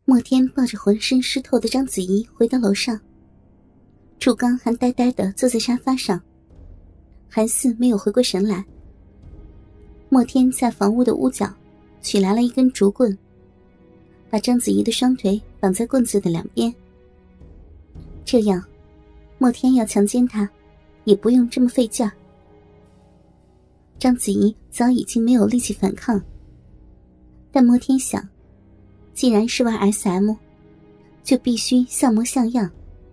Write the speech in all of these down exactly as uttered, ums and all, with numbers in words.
莫天抱着浑身湿透的章子怡回到楼上，楚刚还呆呆地坐在沙发上，还似没有回过神来。莫天在房屋的屋角取来了一根竹棍，把章子怡的双腿绑在棍子的两边。这样，莫天要强奸她，也不用这么费劲儿。章子怡早已经没有力气反抗，但莫天想，既然是玩 S M， 就必须像模像样。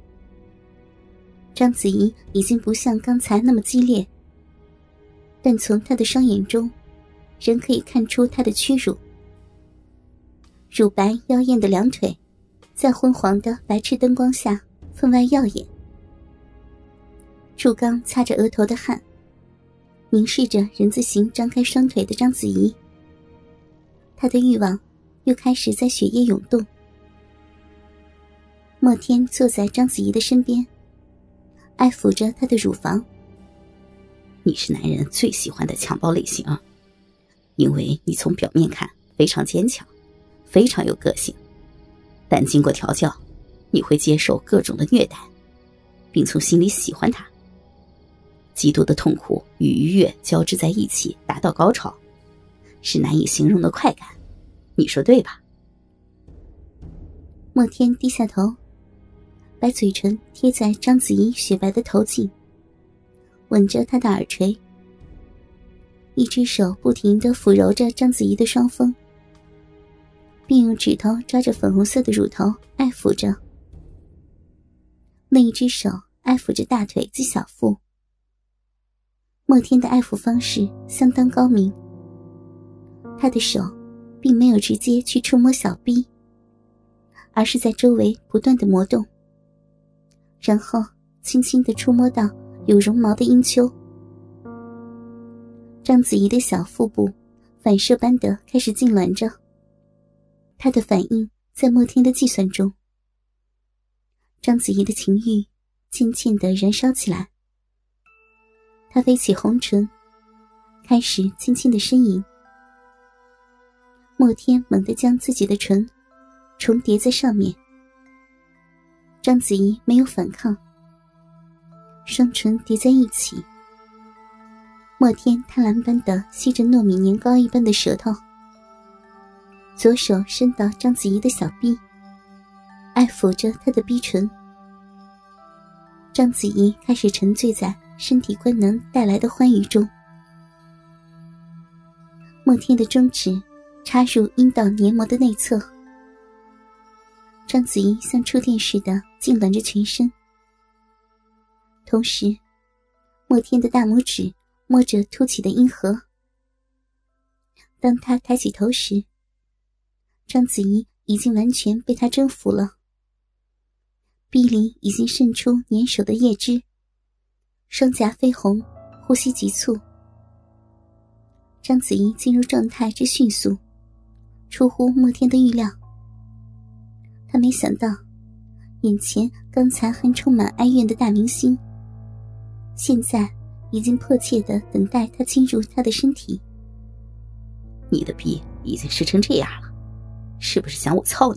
章子怡已经不像刚才那么激烈，但从她的双眼中仍可以看出她的屈辱。乳白妖艳的两腿在昏黄的白炽灯光下分外耀眼。楚刚擦着额头的汗，凝视着人字形张开双腿的章子怡，他的欲望又开始在血液涌动。莫天坐在章子怡的身边，爱抚着她的乳房。 你是男人最喜欢的强暴类型啊，因为你从表面看非常坚强，非常有个性，但经过调教，你会接受各种的虐待，并从心里喜欢他。极度的痛苦与愉悦交织在一起，达到高潮，是难以形容的快感，你说对吧？ 莫天低下头，把嘴唇贴在章子怡雪白的头颈，吻着她的耳垂，一只手不停地抚揉着章子怡的双峰，并用指头抓着粉红色的乳头爱抚着，另一只手爱抚着大腿及小腹。莫天的爱抚方式相当高明，他的手并没有直接去触摸小臂，而是在周围不断地磨动，然后轻轻地触摸到有绒毛的阴丘。章子怡的小腹部反射般地开始痉挛着，她的反应在莫天的计算中。章子怡的情欲渐渐地燃烧起来，她飞起红唇，开始轻轻地呻吟。莫天猛地将自己的唇重叠在上面，章子怡没有反抗，双唇叠在一起。莫天贪婪般地吸着糯米年糕一般的舌头，左手伸到章子怡的小臂，爱抚着她的逼唇。章子怡开始沉醉在身体官能带来的欢愉中。莫天的中指插入阴道黏膜的内侧，章子怡像触电似的痉挛着全身，同时莫天的大拇指摸着凸起的阴核。当他抬起头时，章子怡已经完全被他征服了，臂里已经渗出粘手的液汁，双颊绯红，呼吸急促。章子怡进入状态之迅速，出乎莫天的预料。他没想到，眼前刚才还充满哀怨的大明星，现在已经迫切地等待他侵入他的身体。 你的逼已经湿成这样了，是不是想我操你？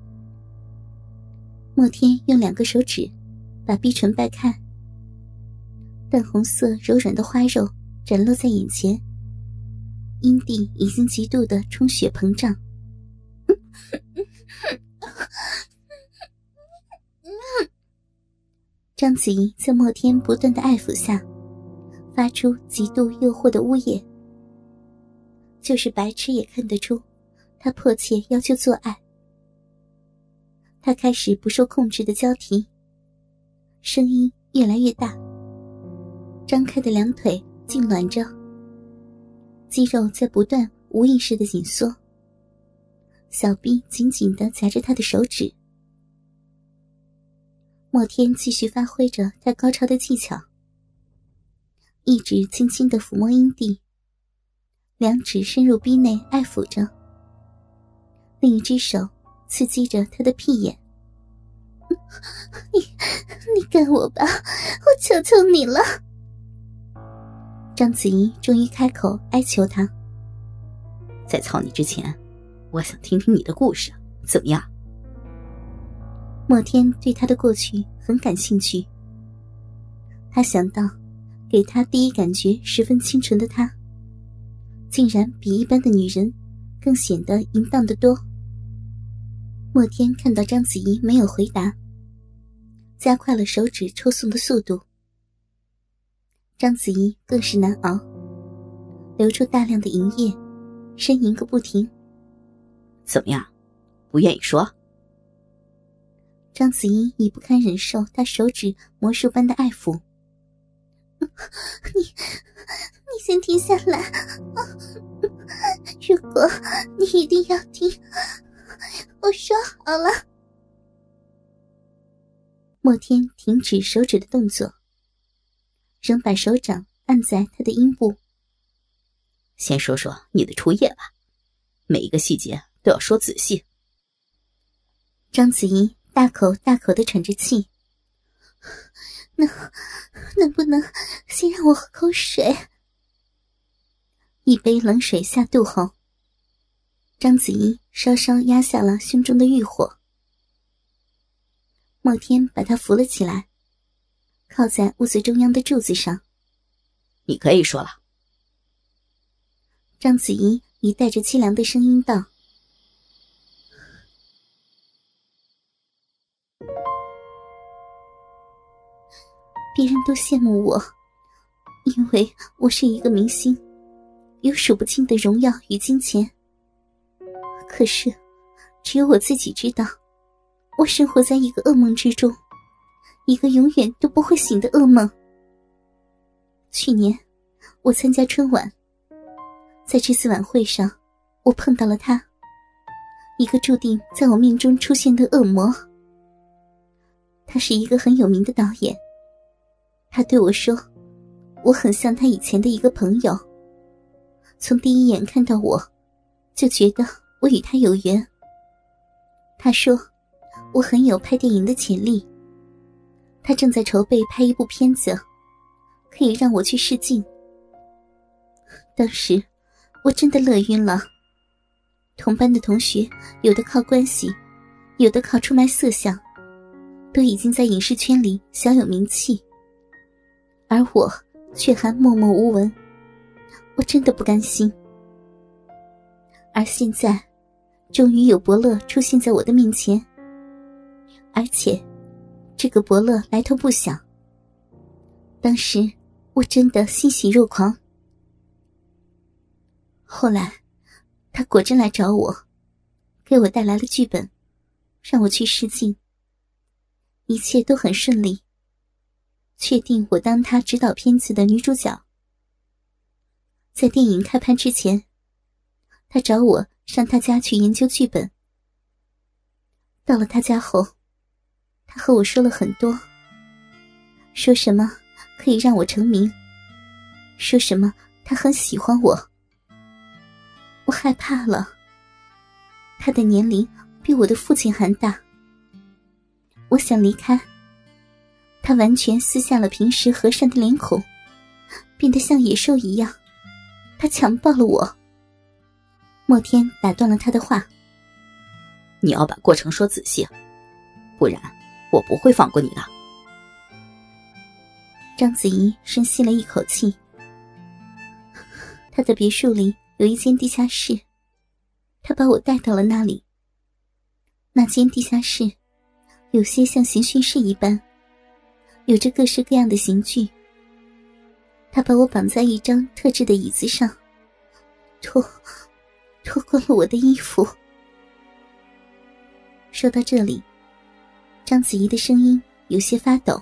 莫天用两个手指把逼唇掰开，淡红色柔软的花肉展露在眼前，阴蒂已经极度的充血膨胀。章子怡在莫天不断的爱抚下，发出极度诱惑的呜咽，就是白痴也看得出她迫切要求做爱。她开始不受控制的交替，声音越来越大，张开的两腿痉挛着，肌肉在不断无意识的紧缩，小臂紧紧地夹着她的手指。莫天继续发挥着他高超的技巧，一指轻轻地抚摸阴蒂，两指深入逼内爱抚着，另一只手刺激着他的屁眼。你你干我吧，我求求你了。章子怡终于开口哀求他。 在操你之前，我想听听你的故事，怎么样？ 莫天对他的过去很感兴趣，他想到给他第一感觉十分清纯的他，竟然比一般的女人更显得淫荡得多。莫天看到章子怡没有回答，加快了手指抽送的速度。章子怡更是难熬，流出大量的银液，呻吟个不停。 怎么样，不愿意说？ 章子怡已不堪忍受他手指魔术般的爱抚。你你先停下来，如果你一定要停，我说好了。莫天停止手指的动作，仍把手掌按在他的阴部。 先说说你的初夜吧，每一个细节都要说仔细。 章子怡大口大口地喘着气。能能不能先让我喝口水？一杯冷水下肚后，章子怡稍稍压下了胸中的欲火。莫天把她扶了起来，靠在屋子中央的柱子上。 你可以说了。 章子怡以带着凄凉的声音道：别人都羡慕我，因为我是一个明星，有数不清的荣耀与金钱。可是只有我自己知道，我生活在一个噩梦之中，一个永远都不会醒的噩梦。去年我参加春晚，在这次晚会上，我碰到了他，一个注定在我命中出现的恶魔。他是一个很有名的导演，他对我说，我很像他以前的一个朋友，从第一眼看到我就觉得我与他有缘。他说我很有拍电影的潜力，他正在筹备拍一部片子，可以让我去试镜。当时我真的乐晕了，同班的同学有的靠关系，有的靠出卖色相，都已经在影视圈里小有名气，而我却还默默无闻，我真的不甘心。而现在终于有伯乐出现在我的面前，而且这个伯乐来头不小。当时我真的欣喜若狂。后来他果真来找我，给我带来了剧本，让我去试镜。一切都很顺利，确定我当他指导片子的女主角。在电影开拍之前，他找我上他家去研究剧本。到了他家后，他和我说了很多，说什么可以让我成名，说什么他很喜欢我。我害怕了，他的年龄比我的父亲还大。我想离开，他完全撕下了平时和善的脸孔，变得像野兽一样，他强暴了我。莫天打断了他的话， 你要把过程说仔细，不然我不会放过你的。 章子怡深吸了一口气。他的别墅里有一间地下室，他把我带到了那里。那间地下室有些像刑讯室一般，有着各式各样的刑具。他把我绑在一张特制的椅子上，脱脱光了我的衣服。说到这里，章子怡的声音有些发抖。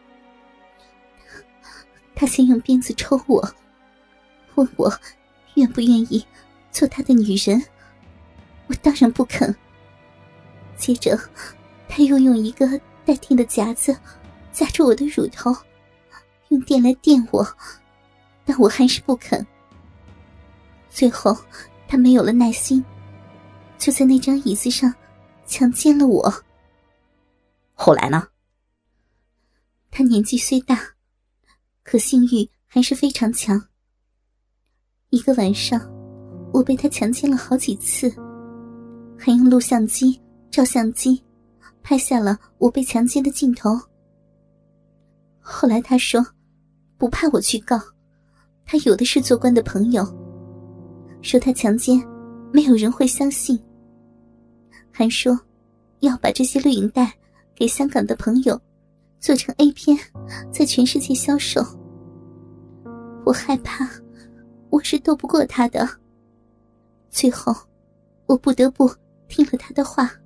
他先用鞭子抽我，问我愿不愿意做他的女人。我当然不肯。接着他又用一个带电的夹子夹住我的乳头，用电来电我，但我还是不肯。最后他没有了耐心，就在那张椅子上强奸了我。 后来呢？ 他年纪虽大，可性欲还是非常强。一个晚上我被他强奸了好几次，还用录像机、照相机拍下了我被强奸的镜头。后来他说不怕我去告，他有的是做官的朋友，说他强奸没有人会相信，还说要把这些录影带给香港的朋友做成 A 片，在全世界销售。我害怕我是斗不过他的，最后我不得不听了他的话。